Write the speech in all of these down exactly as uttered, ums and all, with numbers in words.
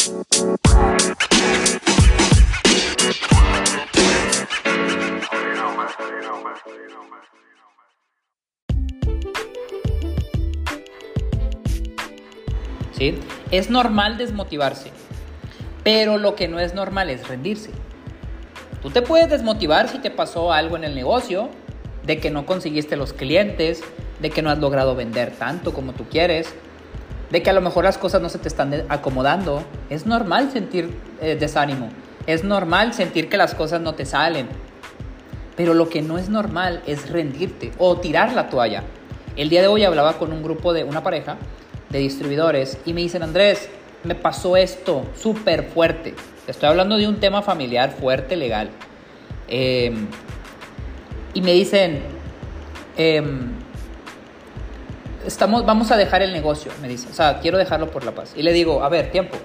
¿Sí? Es normal desmotivarse, pero lo que no es normal es rendirse. Tú te puedes desmotivar si te pasó algo en el negocio, de que no conseguiste los clientes, de que no has logrado vender tanto como tú quieres, de que a lo mejor las cosas no se te están acomodando. Es normal sentir eh, desánimo, es normal sentir que las cosas no te salen, pero lo que no es normal es rendirte o tirar la toalla. El día de hoy hablaba con un grupo de una pareja de distribuidores y me dicen: Andrés, me pasó esto súper fuerte. Estoy hablando de un tema familiar fuerte, legal. Eh, y me dicen, eh, estamos, vamos a dejar el negocio, me dicen. O sea, quiero dejarlo por la paz. Y le digo, a ver, tiempo.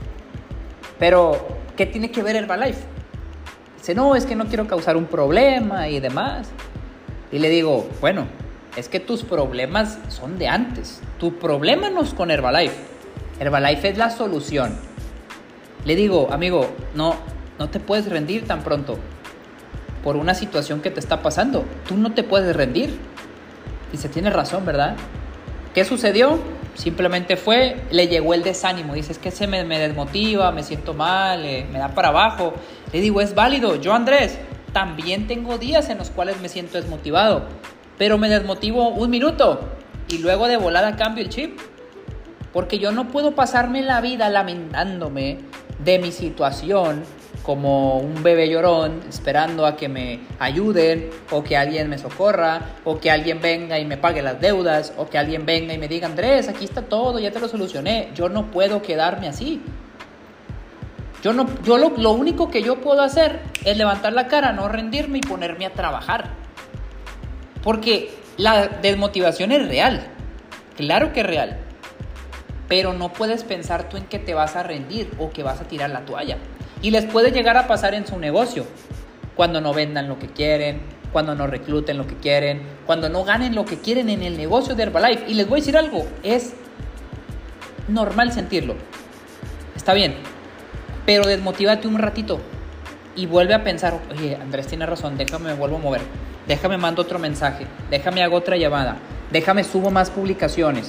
Pero, ¿qué tiene que ver Herbalife? Dice, no, es que no quiero causar un problema y demás. Y le digo, bueno, es que tus problemas son de antes. Tu problema no es con Herbalife. Herbalife es la solución. Le digo, amigo, no, no te puedes rendir tan pronto por una situación que te está pasando. Tú no te puedes rendir. Dice, tienes razón, ¿verdad? ¿Qué sucedió? Simplemente fue, le llegó el desánimo. Dice, es que se me, me desmotiva, me siento mal, eh, me da para abajo. Le digo, es válido. Yo, Andrés, también tengo días en los cuales me siento desmotivado, pero me desmotivo un minuto y luego de volada cambio el chip. Porque yo no puedo pasarme la vida lamentándome de mi situación como un bebé llorón, esperando a que me ayuden, o que alguien me socorra, o que alguien venga y me pague las deudas, o que alguien venga y me diga, Andrés, aquí está todo, ya te lo solucioné. Yo no puedo quedarme así. Yo, no, yo lo, lo único que yo puedo hacer es levantar la cara, no rendirme y ponerme a trabajar. Porque la desmotivación es real, claro que es real. Pero no puedes pensar tú en que te vas a rendir o que vas a tirar la toalla. Y les puede llegar a pasar en su negocio, cuando no vendan lo que quieren, cuando no recluten lo que quieren, cuando no ganen lo que quieren en el negocio de Herbalife. Y les voy a decir algo, es normal sentirlo, está bien, pero desmotívate un ratito y vuelve a pensar, oye, Andrés tiene razón, déjame me vuelvo a mover, déjame mando otro mensaje, déjame hago otra llamada, déjame subo más publicaciones.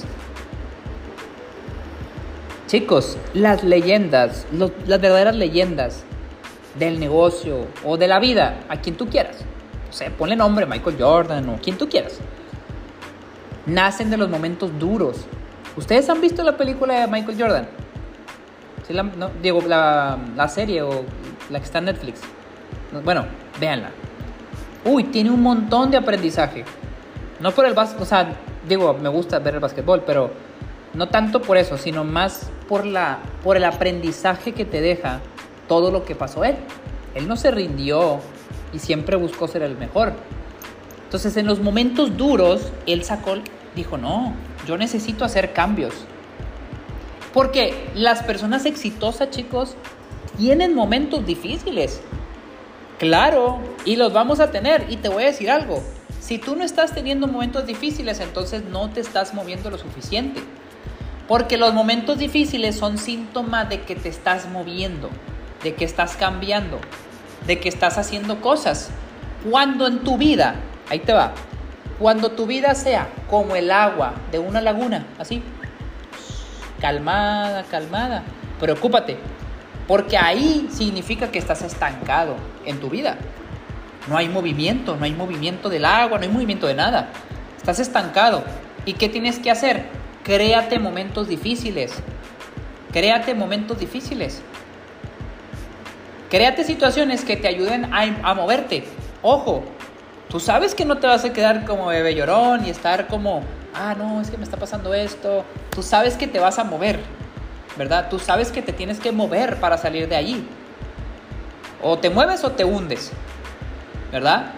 Chicos, las leyendas, los, las verdaderas leyendas del negocio o de la vida, a quien tú quieras, o sea, ponle nombre, Michael Jordan o quien tú quieras, nacen de los momentos duros. ¿Ustedes han visto la película de Michael Jordan? ¿Sí la, no, digo, la, la serie o la que está en Netflix? Bueno, véanla. Uy, tiene un montón de aprendizaje. No por el básquet, o sea, digo, me gusta ver el básquetbol, pero no tanto por eso, sino más por, la, por el aprendizaje que te deja todo lo que pasó él. Él no se rindió y siempre buscó ser el mejor. Entonces, en los momentos duros, él sacó, dijo, no, yo necesito hacer cambios. Porque las personas exitosas, chicos, tienen momentos difíciles. Claro, y los vamos a tener. Y te voy a decir algo. Si tú no estás teniendo momentos difíciles, entonces no te estás moviendo lo suficiente. Porque los momentos difíciles son síntomas de que te estás moviendo, de que estás cambiando, de que estás haciendo cosas. Cuando en tu vida, ahí te va, cuando tu vida sea como el agua de una laguna, así, calmada, calmada, preocúpate, porque ahí significa que estás estancado en tu vida. No hay movimiento, no hay movimiento del agua, no hay movimiento de nada. Estás estancado. ¿Y qué tienes que hacer? Créate momentos difíciles. Créate momentos difíciles. Créate situaciones que te ayuden a, a moverte. Ojo, tú sabes que no te vas a quedar como bebé llorón y estar como, ah, no, es que me está pasando esto. Tú sabes que te vas a mover, ¿verdad? Tú sabes que te tienes que mover para salir de allí. O te mueves o te hundes, ¿verdad?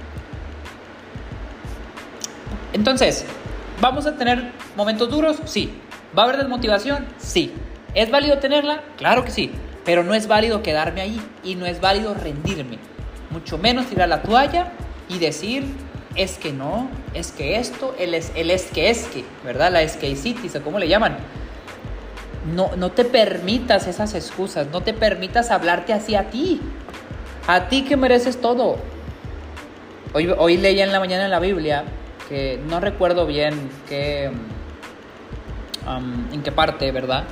Entonces, ¿vamos a tener momentos duros? Sí. ¿Va a haber desmotivación? Sí. ¿Es válido tenerla? Claro que sí. Pero no es válido quedarme ahí y no es válido rendirme. Mucho menos tirar la toalla y decir, es que no, es que esto, el es, el es que es que, ¿verdad? La escaicitis, ¿cómo le llaman? no, no te permitas esas excusas, no te permitas hablarte así a ti. A ti que mereces todo. Hoy, hoy leía en la mañana en la Biblia, que no recuerdo bien qué, um, en qué parte, ¿verdad?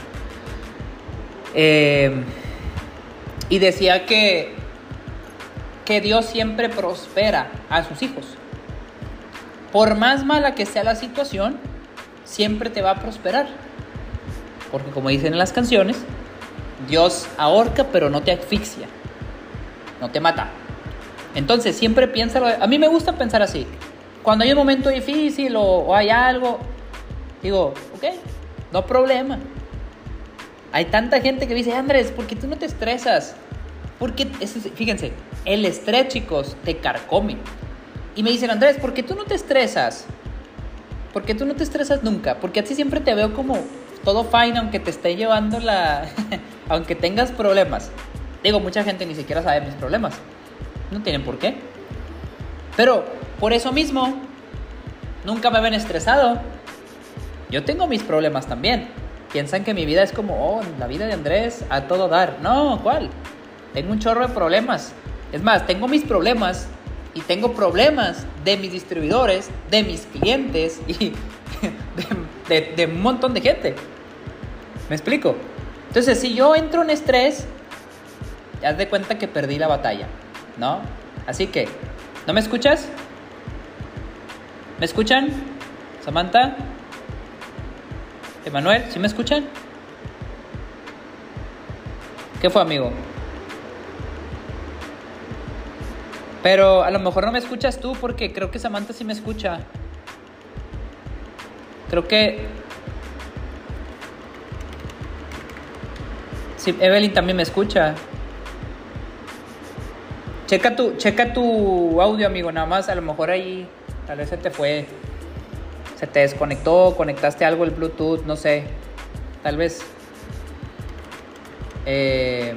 Eh, y decía que, que Dios siempre prospera a sus hijos. Por más mala que sea la situación, siempre te va a prosperar. Porque como dicen en las canciones, Dios ahorca pero no te asfixia, no te mata. Entonces siempre piénsalo. A mí me gusta pensar así. Cuando hay un momento difícil o, o hay algo, digo, ok, no problema. Hay tanta gente que dice, Andrés, ¿por qué tú no te estresas? Porque, fíjense, el estrés, chicos, te carcome. Y me dicen, Andrés, ¿por qué tú no te estresas? ¿Por qué tú no te estresas nunca? Porque así siempre te veo como todo fine, aunque te esté llevando la... aunque tengas problemas. Digo, mucha gente ni siquiera sabe mis problemas. No tienen por qué. Pero, por eso mismo, nunca me ven estresado. Yo tengo mis problemas también. Piensan que mi vida es como, oh, la vida de Andrés a todo dar. No, ¿cuál? Tengo un chorro de problemas. Es más, tengo mis problemas y tengo problemas de mis distribuidores, de mis clientes y de, de, de un montón de gente. ¿Me explico? Entonces, si yo entro en estrés, haz de cuenta que perdí la batalla, ¿no? Así que, ¿no me escuchas? ¿Me escuchan? ¿Samantha? ¿Emanuel? ¿Sí me escuchan? ¿Qué fue, amigo? Pero a lo mejor no me escuchas tú porque creo que Samantha sí me escucha. Creo que... sí, Evelyn también me escucha. Checa tu, checa tu audio, amigo, nada más. A lo mejor ahí tal vez se te fue... se te desconectó, conectaste algo el Bluetooth, no sé. Tal vez... Eh...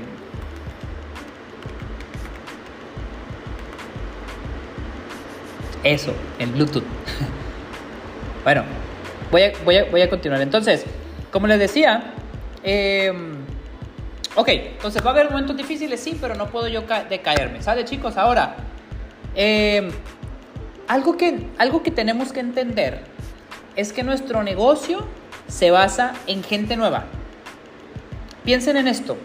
Eso, el Bluetooth. Bueno, voy a, voy, a, voy a continuar. Entonces, como les decía, eh, ok, entonces va a haber momentos difíciles, sí, pero no puedo yo ca- decaerme, ¿sale, chicos? Ahora, eh, algo, que, algo que tenemos que entender es que nuestro negocio se basa en gente nueva. Piensen en esto.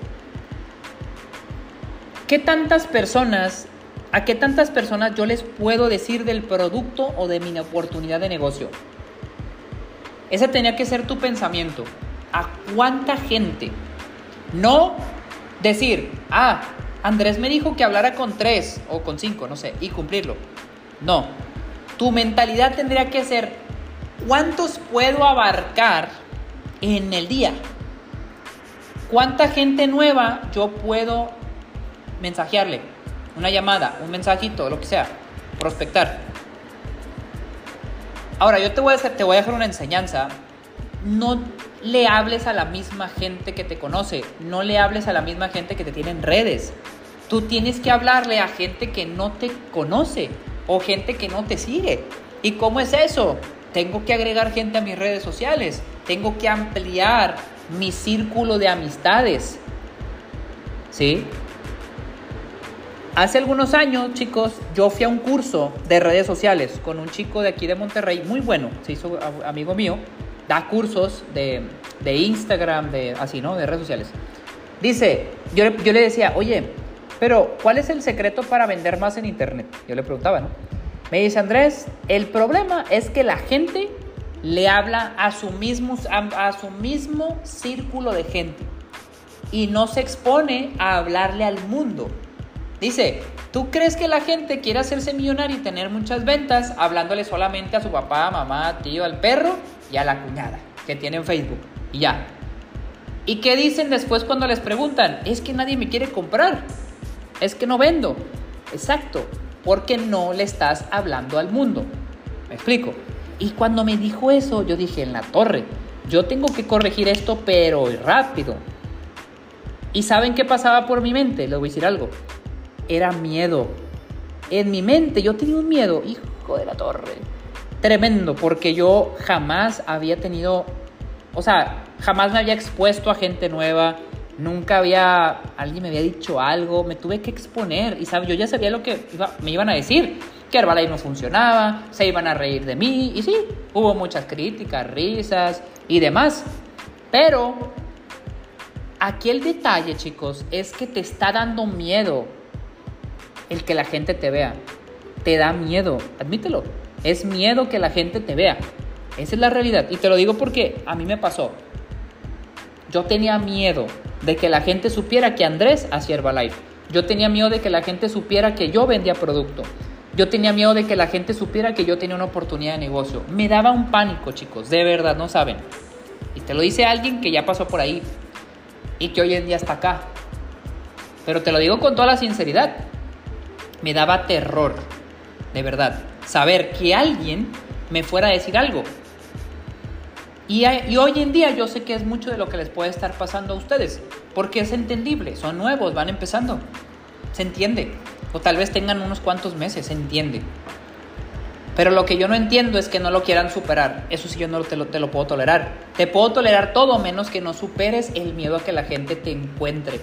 ¿Qué tantas personas... ¿A qué tantas personas yo les puedo decir del producto o de mi oportunidad de negocio? Ese tenía que ser tu pensamiento. ¿A cuánta gente? No decir, ah, Andrés me dijo que hablara con tres o con cinco, no sé, y cumplirlo. No. Tu mentalidad tendría que ser, ¿cuántos puedo abarcar en el día? ¿Cuánta gente nueva yo puedo mensajearle? Una llamada, un mensajito, lo que sea, prospectar. Ahora, yo te voy a hacer, te voy a dejar una enseñanza. No le hables a la misma gente que te conoce, no le hables a la misma gente que te tiene en redes. Tú tienes que hablarle a gente que no te conoce o gente que no te sigue. ¿Y cómo es eso? Tengo que agregar gente a mis redes sociales, tengo que ampliar mi círculo de amistades. ¿Sí? Hace algunos años, chicos, yo fui a un curso de redes sociales con un chico de aquí de Monterrey, muy bueno, se hizo amigo mío, da cursos de, de Instagram, de así, ¿no? De redes sociales. Dice, yo, yo le decía, oye, pero ¿cuál es el secreto para vender más en internet? Yo le preguntaba, ¿no? Me dice, Andrés, el problema es que la gente le habla a su mismo, a, a su mismo círculo de gente y no se expone a hablarle al mundo. Dice, ¿tú crees que la gente quiere hacerse millonaria y tener muchas ventas hablándole solamente a su papá, mamá, tío, al perro y a la cuñada que tiene en Facebook? Y ya. ¿Y qué dicen después cuando les preguntan? Es que nadie me quiere comprar. Es que no vendo. Exacto. Porque no le estás hablando al mundo. ¿Me explico? Y cuando me dijo eso, yo dije, en la torre, yo tengo que corregir esto, pero rápido. ¿Y saben qué pasaba por mi mente? Les voy a decir algo. Era miedo. En mi mente yo tenía un miedo, hijo de la torre, tremendo, porque yo jamás había tenido O sea, jamás me había expuesto a gente nueva. Nunca había, alguien me había dicho algo. Me tuve que exponer. Y ¿sabes? Yo ya sabía lo que iba, me iban a decir. Que Herbalife no funcionaba. Se iban a reír de mí. Y sí, hubo muchas críticas, risas y demás. Pero aquí el detalle, chicos, es que te está dando miedo el que la gente te vea. Te da miedo, admítelo. Es miedo que la gente te vea. Esa es la realidad. Y te lo digo porque a mí me pasó. Yo tenía miedo de que la gente supiera que Andrés hacía Herbalife. Yo tenía miedo de que la gente supiera que yo vendía producto. Yo tenía miedo de que la gente supiera que yo tenía una oportunidad de negocio. Me daba un pánico, chicos. De verdad, no saben. Y te lo dice alguien que ya pasó por ahí. Y que hoy en día está acá. Pero te lo digo con toda la sinceridad. Me daba terror. De verdad. Saber que alguien me fuera a decir algo. Y, y hoy en día yo sé que es mucho de lo que les puede estar pasando a ustedes. Porque es entendible. Son nuevos, van empezando. Se entiende. O tal vez tengan unos cuantos meses, se entiende. Pero lo que yo no entiendo es que no lo quieran superar. Eso sí yo no te lo, te lo puedo tolerar. Te puedo tolerar todo menos que no superes el miedo a que la gente te encuentre.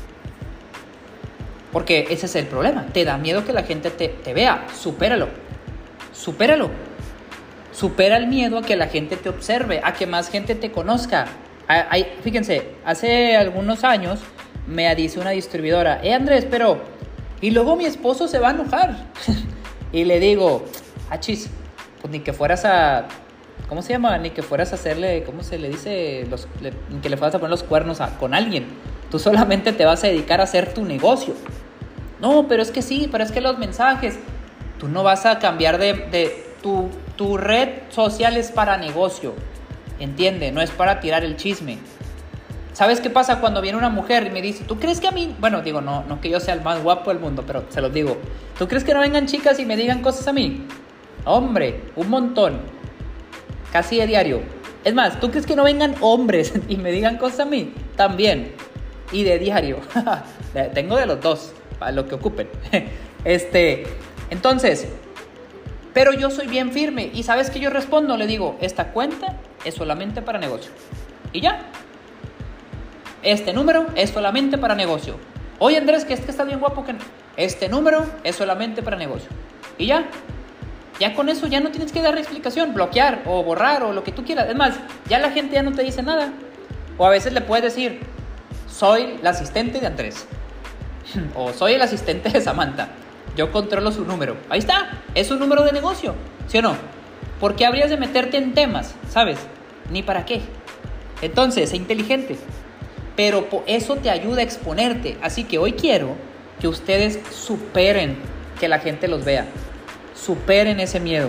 Porque ese es el problema. Te da miedo que la gente te, te vea. Supéralo. Supéralo. Supera el miedo a que la gente te observe, a que más gente te conozca. Hay, fíjense, hace algunos años me dice una distribuidora, eh Andrés, pero... Y luego mi esposo se va a enojar. Y le digo, achis, pues ni que fueras a... ¿Cómo se llama? Ni que fueras a hacerle... ¿Cómo se le dice? Los, le, ni que le fueras a poner los cuernos a, con alguien. Tú solamente te vas a dedicar a hacer tu negocio. No, pero es que sí, pero es que los mensajes... Tú no vas a cambiar de... de tu, tu red social es para negocio. ¿Entiende? No es para tirar el chisme. ¿Sabes qué pasa cuando viene una mujer y me dice, ¿tú crees que a mí? Bueno, digo, no, no que yo sea el más guapo del mundo, pero se los digo. ¿Tú crees que no vengan chicas y me digan cosas a mí? Hombre, un montón. Casi de diario. Es más, ¿tú crees que no vengan hombres y me digan cosas a mí? También. Y de diario. Tengo de los dos, para lo que ocupen. Este, entonces, pero yo soy bien firme. ¿Y sabes qué yo respondo? Le digo, esta cuenta es solamente para negocio. Y ya. Este número es solamente para negocio. Oye Andrés, que es que está bien guapo. Que este número es solamente para negocio. Y ya. Ya con eso ya no tienes que dar explicación. Bloquear o borrar o lo que tú quieras. Es más, ya la gente ya no te dice nada. O a veces le puedes decir, soy la asistente de Andrés. O soy el asistente de Samantha. Yo controlo su número. Ahí está. Es un número de negocio. ¿Sí o no? ¿Por qué habrías de meterte en temas? ¿Sabes? Ni para qué. Entonces, sé inteligente. Pero eso te ayuda a exponerte. Así que hoy quiero que ustedes superen que la gente los vea. Superen ese miedo.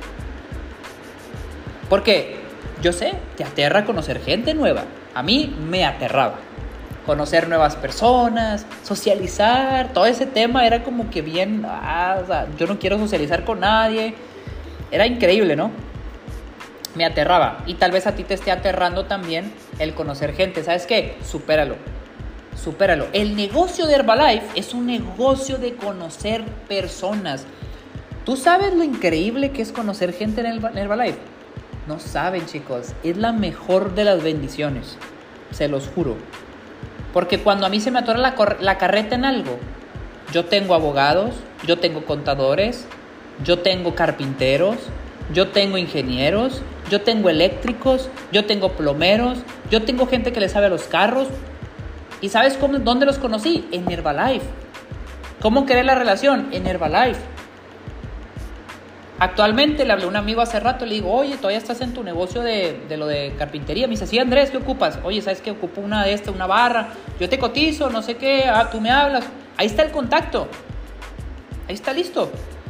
Porque yo sé, te aterra conocer gente nueva. A mí me aterraba. Conocer nuevas personas, socializar. Todo ese tema era como que bien... Ah, o sea, yo no quiero socializar con nadie. Era increíble, ¿no? Me aterraba. Y tal vez a ti te esté aterrando también el conocer gente. ¿Sabes qué? Supéralo. Supéralo. El negocio de Herbalife es un negocio de conocer personas. ¿Tú sabes lo increíble que es conocer gente en Herbalife? No saben, chicos. Es la mejor de las bendiciones. Se los juro. Porque cuando a mí se me atora la, cor- la carreta en algo, yo tengo abogados, yo tengo contadores, yo tengo carpinteros, yo tengo ingenieros, yo tengo eléctricos, yo tengo plomeros, yo tengo gente que le sabe a los carros. ¿Y sabes cómo, dónde los conocí? En Herbalife. ¿Cómo creé la relación? En Herbalife. Actualmente le hablé a un amigo hace rato, le digo, oye, ¿todavía estás en tu negocio de, de lo de carpintería? Me dice, sí, Andrés, ¿qué ocupas? Oye, ¿sabes qué? Ocupo una de esta, una barra, yo te cotizo, no sé qué, ah, tú me hablas. Ahí está el contacto. Ahí está listo.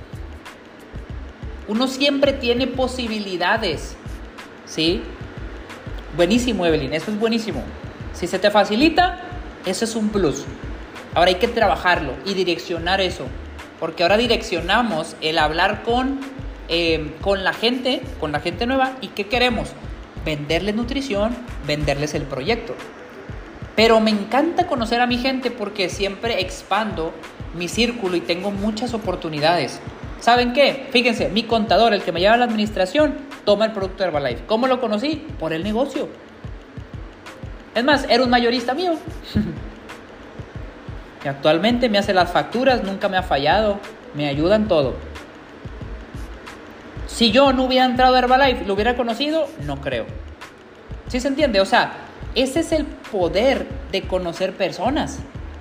Uno siempre tiene posibilidades, ¿sí? Buenísimo, Evelyn, eso es buenísimo. Si se te facilita, eso es un plus. Ahora hay que trabajarlo y direccionar eso. Porque ahora direccionamos el hablar con, eh, con la gente, con la gente nueva. ¿Y qué queremos? Venderles nutrición, venderles el proyecto. Pero me encanta conocer a mi gente porque siempre expando mi círculo y tengo muchas oportunidades. ¿Saben qué? Fíjense, mi contador, el que me lleva a la administración, toma el producto de Herbalife. ¿Cómo lo conocí? Por el negocio. Es más, era un mayorista mío. Y actualmente me hace las facturas, nunca me ha fallado, me ayuda en todo. Si yo no hubiera entrado a Herbalife, ¿lo hubiera conocido? No creo. ¿Sí se entiende? O sea, ese es el poder de conocer personas.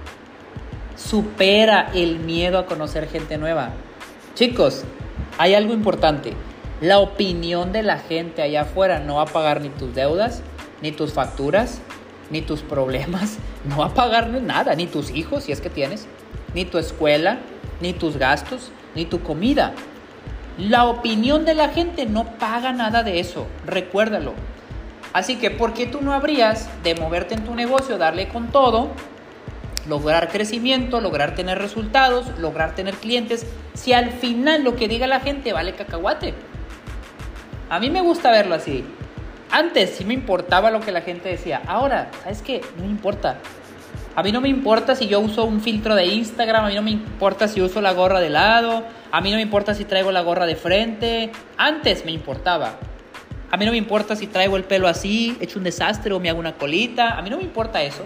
Supera el miedo a conocer gente nueva. Chicos, hay algo importante. La opinión de la gente allá afuera no va a pagar ni tus deudas, ni tus facturas, ni tus problemas. No va a pagar nada, ni tus hijos, si es que tienes, ni tu escuela, ni tus gastos, ni tu comida. La opinión de la gente no paga nada de eso. Recuérdalo. Así que, ¿por qué tú no habrías de moverte en tu negocio, darle con todo, lograr crecimiento, lograr tener resultados, lograr tener clientes, si al final lo que diga la gente vale cacahuate? A mí me gusta verlo así. Antes sí me importaba lo que la gente decía. Ahora, ¿sabes qué? No me importa. A mí no me importa si yo uso un filtro de Instagram, a mí no me importa si uso la gorra de lado, a mí no me importa si traigo la gorra de frente. Antes me importaba. A mí no me importa si traigo el pelo así, hecho un desastre o me hago una colita. A mí no me importa eso.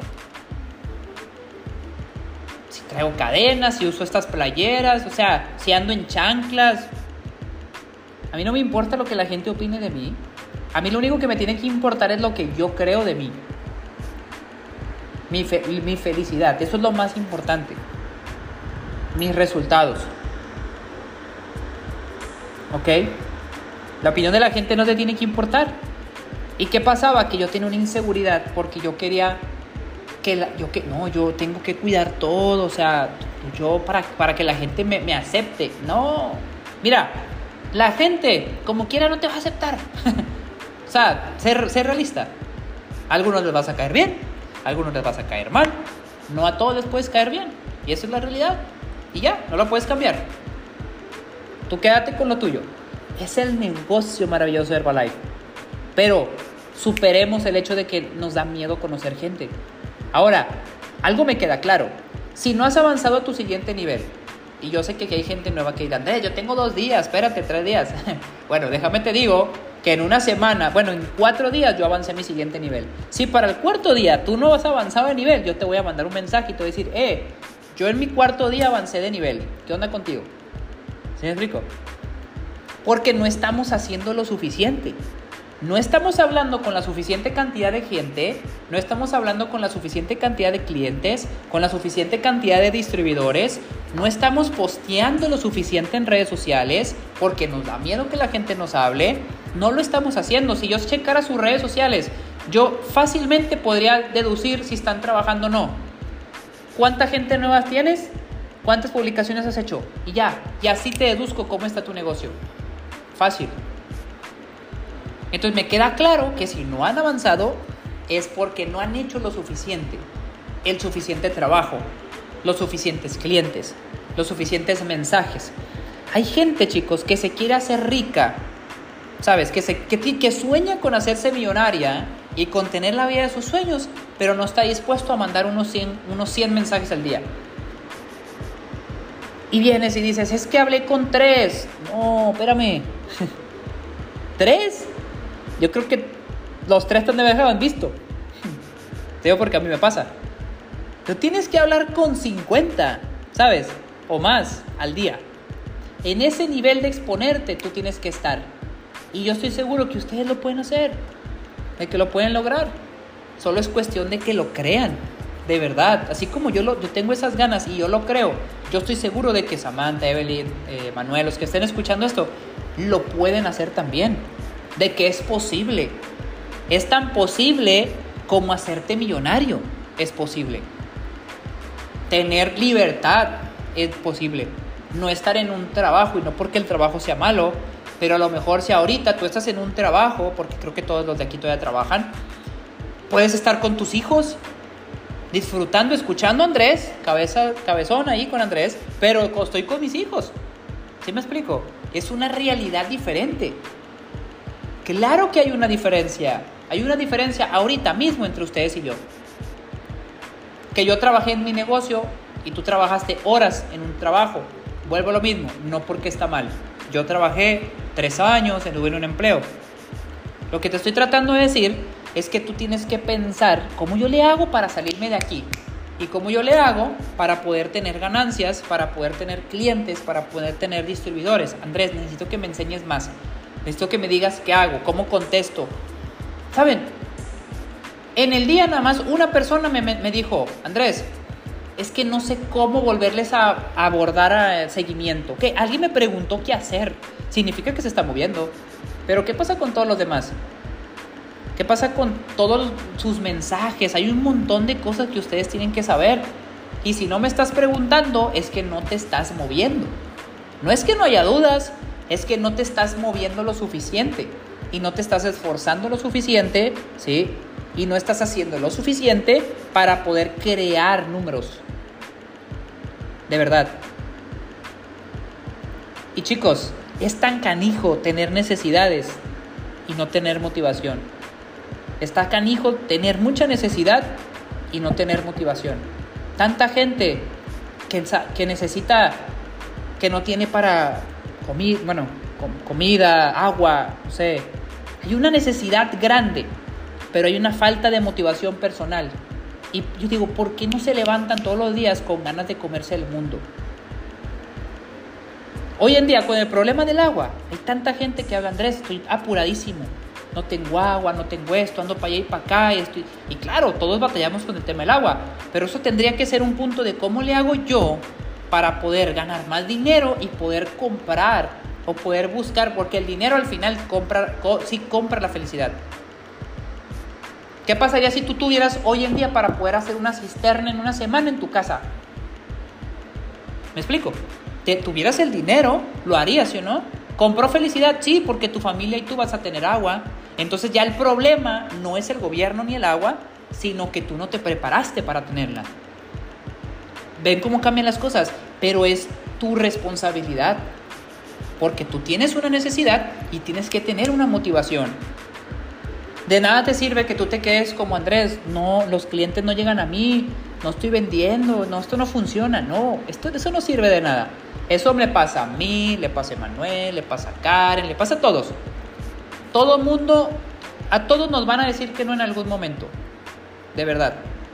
Si traigo cadenas, si uso estas playeras, o sea, si ando en chanclas. A mí no me importa lo que la gente opine de mí. A mí lo único que me tiene que importar es lo que yo creo de mí. Mi, fe- mi felicidad, eso es lo más importante. Mis resultados. ¿Ok? La opinión de la gente no te tiene que importar. ¿Y qué pasaba? Que yo tenía una inseguridad porque yo quería que la, yo que no, yo tengo que cuidar todo, o sea, yo para, para que la gente me, me acepte. No, mira, la gente como quiera no te va a aceptar. O sea, ser, ser realista. A algunos les vas a caer bien, a algunos les vas a caer mal. No a todos les puedes caer bien. Y esa es la realidad. Y ya, no lo puedes cambiar. Tú quédate con lo tuyo. Es el negocio maravilloso de Herbalife. Pero superemos el hecho de que nos da miedo conocer gente. Ahora, algo me queda claro. Si no has avanzado a tu siguiente nivel, y yo sé que aquí hay gente nueva que dirá, Andrés, yo tengo dos días, espérate, tres días. Bueno, déjame te digo que en una semana, bueno, en cuatro días yo avancé a mi siguiente nivel. Si para el cuarto día tú no has avanzado de nivel, yo te voy a mandar un mensaje y te voy a decir, eh, yo en mi cuarto día avancé de nivel. ¿Qué onda contigo? ¿Sí me explico? Porque no estamos haciendo lo suficiente. No estamos hablando con la suficiente cantidad de gente, no estamos hablando con la suficiente cantidad de clientes, con la suficiente cantidad de distribuidores, no estamos posteando lo suficiente en redes sociales porque nos da miedo que la gente nos hable. No lo estamos haciendo. Si yo checara sus redes sociales, yo fácilmente podría deducir si están trabajando o no. ¿Cuánta gente nueva tienes? ¿Cuántas publicaciones has hecho? Y ya, y así te deduzco cómo está tu negocio. Fácil. Entonces me queda claro que si no han avanzado es porque no han hecho lo suficiente, el suficiente trabajo, los suficientes clientes, los suficientes mensajes. Hay gente, chicos, que se quiere hacer rica, ¿sabes? Que, se, que, que sueña con hacerse millonaria y con tener la vida de sus sueños, pero no está dispuesto a mandar unos cien, unos cien mensajes al día. Y vienes y dices, es que hablé con tres. No, espérame. ¿Tres? Yo creo que los tres te han de haber visto. Te digo porque a mí me pasa. Tú tienes que hablar con cincuenta, ¿sabes? O más al día. En ese nivel de exponerte tú tienes que estar. Y yo estoy seguro que ustedes lo pueden hacer. De que lo pueden lograr. Solo es cuestión de que lo crean. De verdad. Así como yo, lo, yo tengo esas ganas y yo lo creo. Yo estoy seguro de que Samantha, Evelyn, eh, Manuel, los que estén escuchando esto, lo pueden hacer también. De que es posible. Es tan posible como hacerte millonario. Es posible. Tener libertad es posible. No estar en un trabajo, y no porque el trabajo sea malo, pero a lo mejor si ahorita tú estás en un trabajo, porque creo que todos los de aquí todavía trabajan, puedes estar con tus hijos, disfrutando, escuchando a Andrés, cabeza, cabezón ahí con Andrés, pero estoy con mis hijos. ¿Sí me explico? Es una realidad diferente. Claro que hay una diferencia. Hay una diferencia ahorita mismo entre ustedes y yo. Que yo trabajé en mi negocio y tú trabajaste horas en un trabajo. Vuelvo a lo mismo, no porque está mal. Yo trabajé tres años, estuve en un empleo. Lo que te estoy tratando de decir es que tú tienes que pensar cómo yo le hago para salirme de aquí y cómo yo le hago para poder tener ganancias, para poder tener clientes, para poder tener distribuidores. Andrés, necesito que me enseñes más, necesito que me digas qué hago, cómo contesto. ¿Saben? En el día nada más una persona me, me, me dijo, Andrés, es que no sé cómo volverles a, a abordar a seguimiento. ¿Qué? Alguien me preguntó qué hacer. Significa que se está moviendo. Pero ¿qué pasa con todos los demás? ¿Qué pasa con todos sus mensajes? Hay un montón de cosas que ustedes tienen que saber. Y si no me estás preguntando, es que no te estás moviendo. No es que no haya dudas, es que no te estás moviendo lo suficiente. Y no te estás esforzando lo suficiente, ¿sí? Y no estás haciendo lo suficiente para poder crear números. De verdad. Y chicos, es tan canijo tener necesidades y no tener motivación. Está canijo tener mucha necesidad y no tener motivación. Tanta gente que, que necesita, que no tiene para comer, bueno, comida, agua, no sé. Hay una necesidad grande, pero hay una falta de motivación personal. Y yo digo, ¿por qué no se levantan todos los días con ganas de comerse el mundo? Hoy en día, con el problema del agua, hay tanta gente que habla, Andrés, estoy apuradísimo. No tengo agua, no tengo esto, ando para allá y para acá. Y, estoy... y claro, todos batallamos con el tema del agua. Pero eso tendría que ser un punto de cómo le hago yo para poder ganar más dinero y poder comprar o poder buscar. Porque el dinero al final compra, co- sí compra la felicidad. ¿Qué pasaría si tú tuvieras hoy en día para poder hacer una cisterna en una semana en tu casa? ¿Me explico? Te tuvieras el dinero, lo harías, ¿sí o no? ¿Compró felicidad? Sí, porque tu familia y tú vas a tener agua. Entonces ya el problema no es el gobierno ni el agua, sino que tú no te preparaste para tenerla. ¿Ven cómo cambian las cosas? Pero es tu responsabilidad, porque tú tienes una necesidad y tienes que tener una motivación. De nada te sirve que tú te quedes como Andrés, no, los clientes no llegan a mí, no estoy vendiendo, no, esto no funciona, no, esto, eso no sirve de nada. Eso me pasa a mí, le pasa a Manuel, le pasa a Karen, le pasa a todos. Todo mundo, a todos nos van a decir que no en algún momento, de verdad.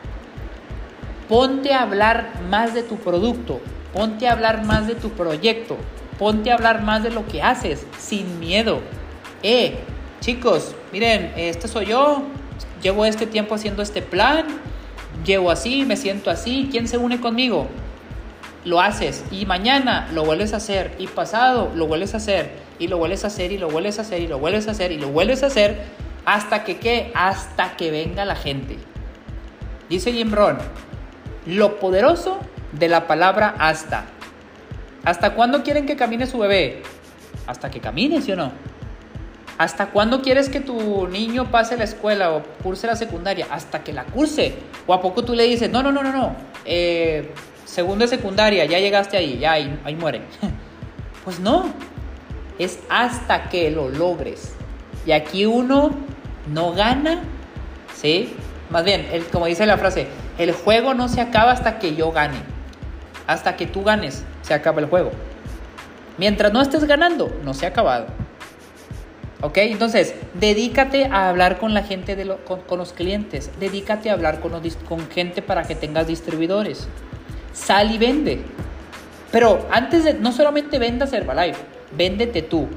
Ponte a hablar más de tu producto, ponte a hablar más de tu proyecto, ponte a hablar más de lo que haces, sin miedo. Eh, chicos, miren, este soy yo, llevo este tiempo haciendo este plan, llevo así, me siento así, ¿quién se une conmigo? Lo haces y mañana lo vuelves a hacer y pasado lo vuelves a hacer y lo vuelves a hacer y lo vuelves a hacer y lo vuelves a hacer y lo vuelves a hacer hasta que ¿qué? Hasta que venga la gente. Dice Jim Rohn, lo poderoso de la palabra hasta. ¿Hasta cuándo quieren que camine su bebé? Hasta que camine, ¿sí o no? ¿Hasta cuándo quieres que tu niño pase la escuela o curse la secundaria? Hasta que la curse. ¿O a poco tú le dices, no, no, no, no, no, eh, segundo de secundaria, ya llegaste ahí, ya ahí, ahí muere? Pues no, es hasta que lo logres. Y aquí uno no gana, ¿sí? Más bien, el, como dice la frase, el juego no se acaba hasta que yo gane. Hasta que tú ganes, se acaba el juego. Mientras no estés ganando, no se ha acabado. ¿Ok? Entonces, dedícate a hablar con la gente, de lo, con, con los clientes. Dedícate a hablar con, los, con gente para que tengas distribuidores. Sal y vende. Pero antes de, no solamente vendas Herbalife, véndete tú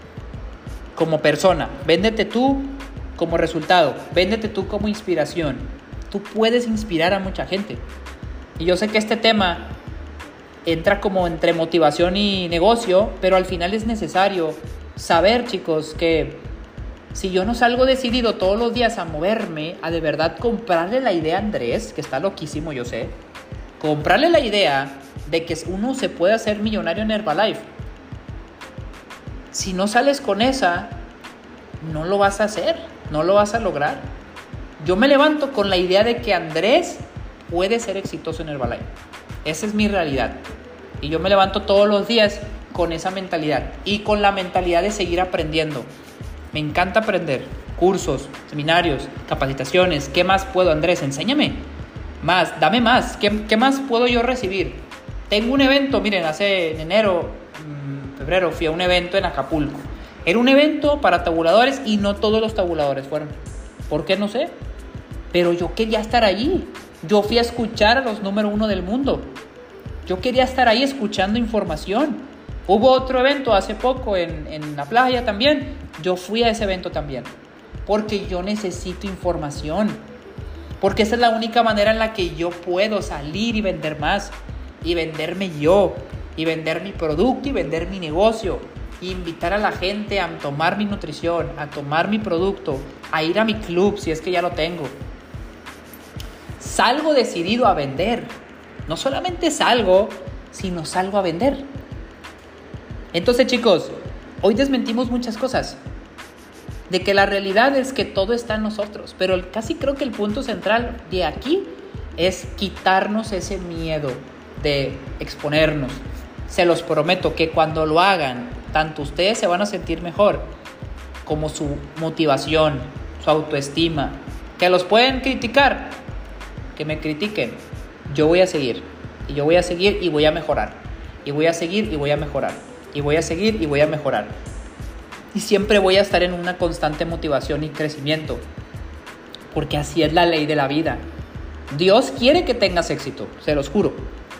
como persona. Véndete tú como resultado. Véndete tú como inspiración. Tú puedes inspirar a mucha gente. Y yo sé que este tema entra como entre motivación y negocio, pero al final es necesario saber, chicos, que si yo no salgo decidido todos los días a moverme, a de verdad comprarle la idea a Andrés, que está loquísimo, yo sé, comprarle la idea de que uno se puede hacer millonario en Herbalife. Si no sales con esa, no lo vas a hacer, no lo vas a lograr. Yo me levanto con la idea de que Andrés puede ser exitoso en Herbalife. Esa es mi realidad. Y yo me levanto todos los días con esa mentalidad y con la mentalidad de seguir aprendiendo. Me encanta aprender. Cursos, seminarios, capacitaciones. ¿Qué más puedo, Andrés? Enséñame. Más, dame más. ¿Qué, qué más puedo yo recibir? Tengo un evento, miren, hace en enero, febrero, fui a un evento en Acapulco. Era un evento para tabuladores y no todos los tabuladores fueron. ¿Por qué? No sé. Pero yo quería estar allí. Yo fui a escuchar a los número uno del mundo. Yo quería estar ahí escuchando información. Hubo otro evento hace poco en, en la playa también. Yo fui a ese evento también. Porque yo necesito información. Porque esa es la única manera en la que yo puedo salir y vender más. Y venderme yo. Y vender mi producto y vender mi negocio. Y invitar a la gente a tomar mi nutrición, a tomar mi producto, a ir a mi club si es que ya lo tengo. Salgo decidido a vender. No solamente salgo, sino salgo a vender. Entonces, chicos, hoy desmentimos muchas cosas. De que la realidad es que todo está en nosotros. Pero casi creo que el punto central de aquí es quitarnos ese miedo de exponernos. Se los prometo que cuando lo hagan, tanto ustedes se van a sentir mejor, como su motivación, su autoestima. Que los pueden criticar, que me critiquen. Yo voy a seguir, y yo voy a seguir y voy a mejorar. Y voy a seguir y voy a mejorar. Y voy a seguir y voy a mejorar. Y siempre voy a estar en una constante motivación y crecimiento. Porque así es la ley de la vida. Dios quiere que tengas éxito, se los juro.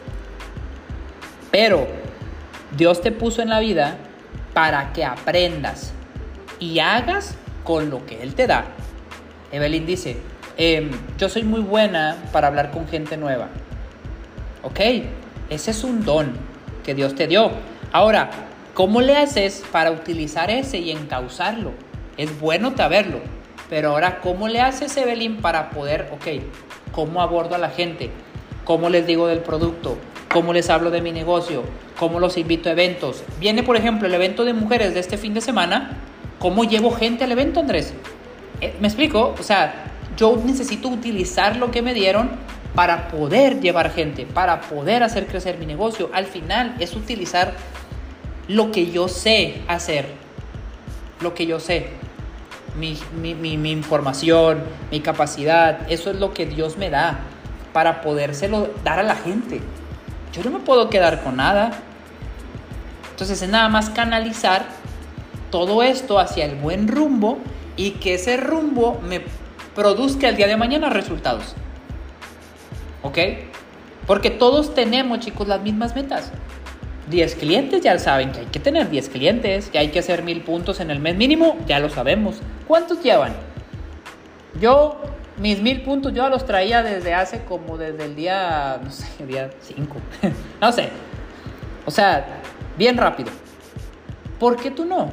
Pero Dios te puso en la vida para que aprendas y hagas con lo que Él te da. Evelyn dice, eh, yo soy muy buena para hablar con gente nueva. Ok, ese es un don que Dios te dio. Ahora, ¿cómo le haces para utilizar ese y encauzarlo? Es bueno saberlo, pero ahora, ¿cómo le haces, Evelyn, para poder, ok, cómo abordo a la gente? ¿Cómo les digo del producto? ¿Cómo les hablo de mi negocio? ¿Cómo los invito a eventos? Viene, por ejemplo, el evento de mujeres de este fin de semana. ¿Cómo llevo gente al evento, Andrés? Eh, ¿Me explico? O sea, yo necesito utilizar lo que me dieron para poder llevar gente, para poder hacer crecer mi negocio. Al final es utilizar lo que yo sé hacer, lo que yo sé, mi, mi, mi, mi información, mi capacidad. Eso es lo que Dios me da para podérselo dar a la gente. Yo no me puedo quedar con nada. Entonces es nada más canalizar todo esto hacia el buen rumbo y que ese rumbo me produzca el día de mañana resultados. ¿Ok? Porque todos tenemos, chicos, las mismas metas. diez clientes, ya saben que hay que tener diez clientes, que hay que hacer mil puntos en el mes mínimo, ya lo sabemos. ¿Cuántos llevan? Yo, mis mil puntos, yo los traía desde hace como desde el día, no sé, día cinco. No sé. O sea, bien rápido. ¿Por qué tú no?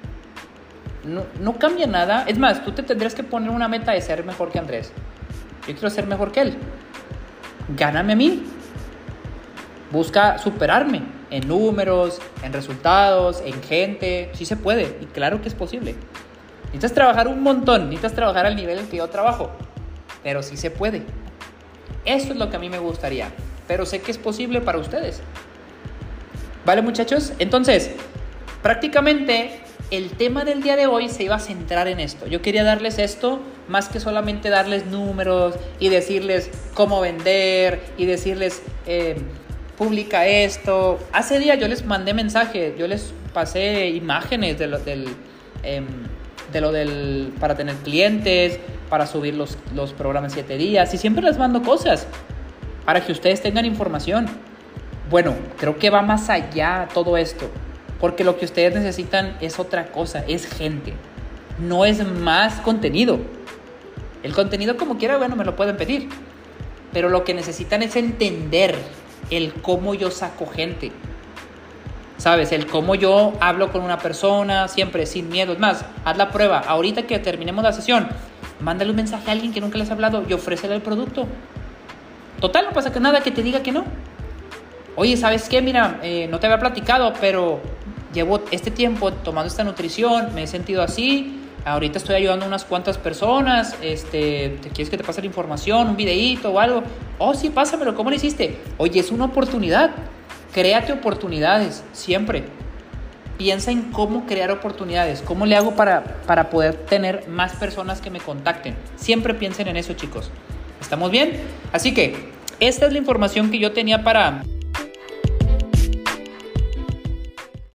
No, no cambia nada. Es más, tú te tendrías que poner una meta de ser mejor que Andrés. Yo quiero ser mejor que él. Gáname a mí. Busca superarme en números, en resultados, en gente. Sí se puede, y claro que es posible. Necesitas trabajar un montón, necesitas trabajar al nivel en que yo trabajo, pero sí se puede. Eso es lo que a mí me gustaría, pero sé que es posible para ustedes. ¿Vale, muchachos? Entonces, prácticamente el tema del día de hoy se iba a centrar en esto. Yo quería darles esto, más que solamente darles números y decirles cómo vender y decirles, eh, publica esto. Hace días yo les mandé mensaje, yo les pasé imágenes de lo del, eh, de lo del para tener clientes, para subir los, los programas siete días, y siempre les mando cosas para que ustedes tengan información. Bueno, creo que va más allá todo esto, porque lo que ustedes necesitan es otra cosa, es gente, no es más contenido. El contenido, como quiera, bueno, me lo pueden pedir, pero lo que necesitan es entender el cómo yo saco gente, ¿sabes? El cómo yo hablo con una persona, siempre sin miedo. Es más, haz la prueba, ahorita que terminemos la sesión, mándale un mensaje a alguien que nunca les ha hablado y ofrécele el producto. Total, no pasa que nada que te diga que no. Oye, ¿sabes qué? Mira, eh, no te había platicado, pero llevo este tiempo tomando esta nutrición, me he sentido así, ahorita estoy ayudando a unas cuantas personas, este, ¿te quieres que te pase la información, un videíto o algo? Oh, sí, pásamelo, ¿cómo lo hiciste? Oye, es una oportunidad, créate oportunidades, siempre. Piensa en cómo crear oportunidades, cómo le hago para, para poder tener más personas que me contacten. Siempre piensen en eso, chicos. ¿Estamos bien? Así que esta es la información que yo tenía para...